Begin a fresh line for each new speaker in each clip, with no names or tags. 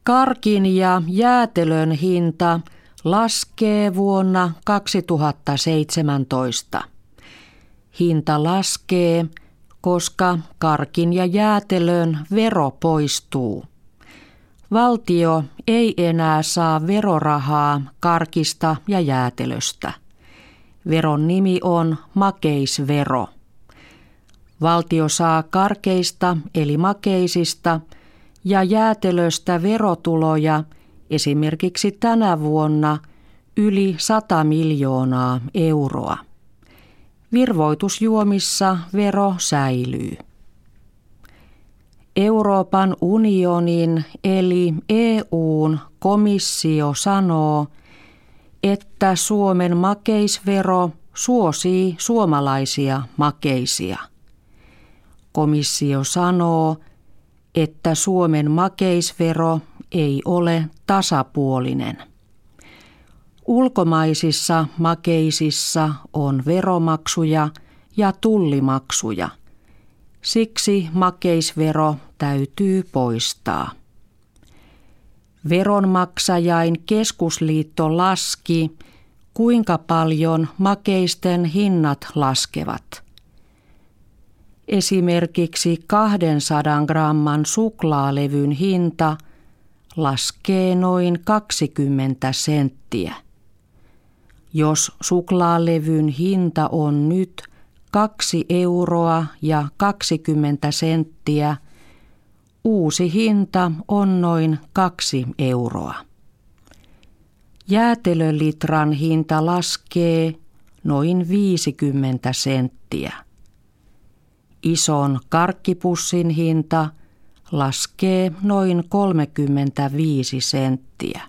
Karkin ja jäätelön hinta laskee vuonna 2017. Hinta laskee, koska karkin ja jäätelön vero poistuu. Valtio ei enää saa verorahaa karkista ja jäätelöstä. Veron nimi on makeisvero. Valtio saa karkeista eli makeisista ja jäätelöstä verotuloja esimerkiksi tänä vuonna yli 100 miljoonaa euroa. Virvoitusjuomissa vero säilyy. Euroopan unionin eli EU:n komissio sanoo, että Suomen makeisvero suosii suomalaisia makeisia. Komissio sanoo, että Suomen makeisvero ei ole tasapuolinen. Ulkomaisissa makeisissa on veromaksuja ja tullimaksuja. Siksi makeisvero täytyy poistaa. Veronmaksajain keskusliitto laski, kuinka paljon makeisten hinnat laskevat. Esimerkiksi 200 gramman suklaalevyn hinta laskee noin 20 senttiä. Jos suklaalevyn hinta on nyt 2 euroa ja 20 senttiä, uusi hinta on noin 2 euroa. Jäätelölitran hinta laskee noin 50 senttiä. Ison karkkipussin hinta laskee noin 35 senttiä.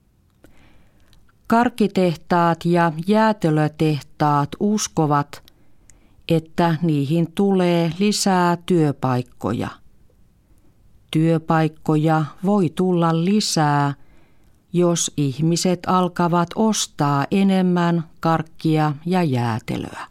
Karkkitehtaat ja jäätelötehtaat uskovat, että niihin tulee lisää työpaikkoja. Työpaikkoja voi tulla lisää, jos ihmiset alkavat ostaa enemmän karkkia ja jäätelöä.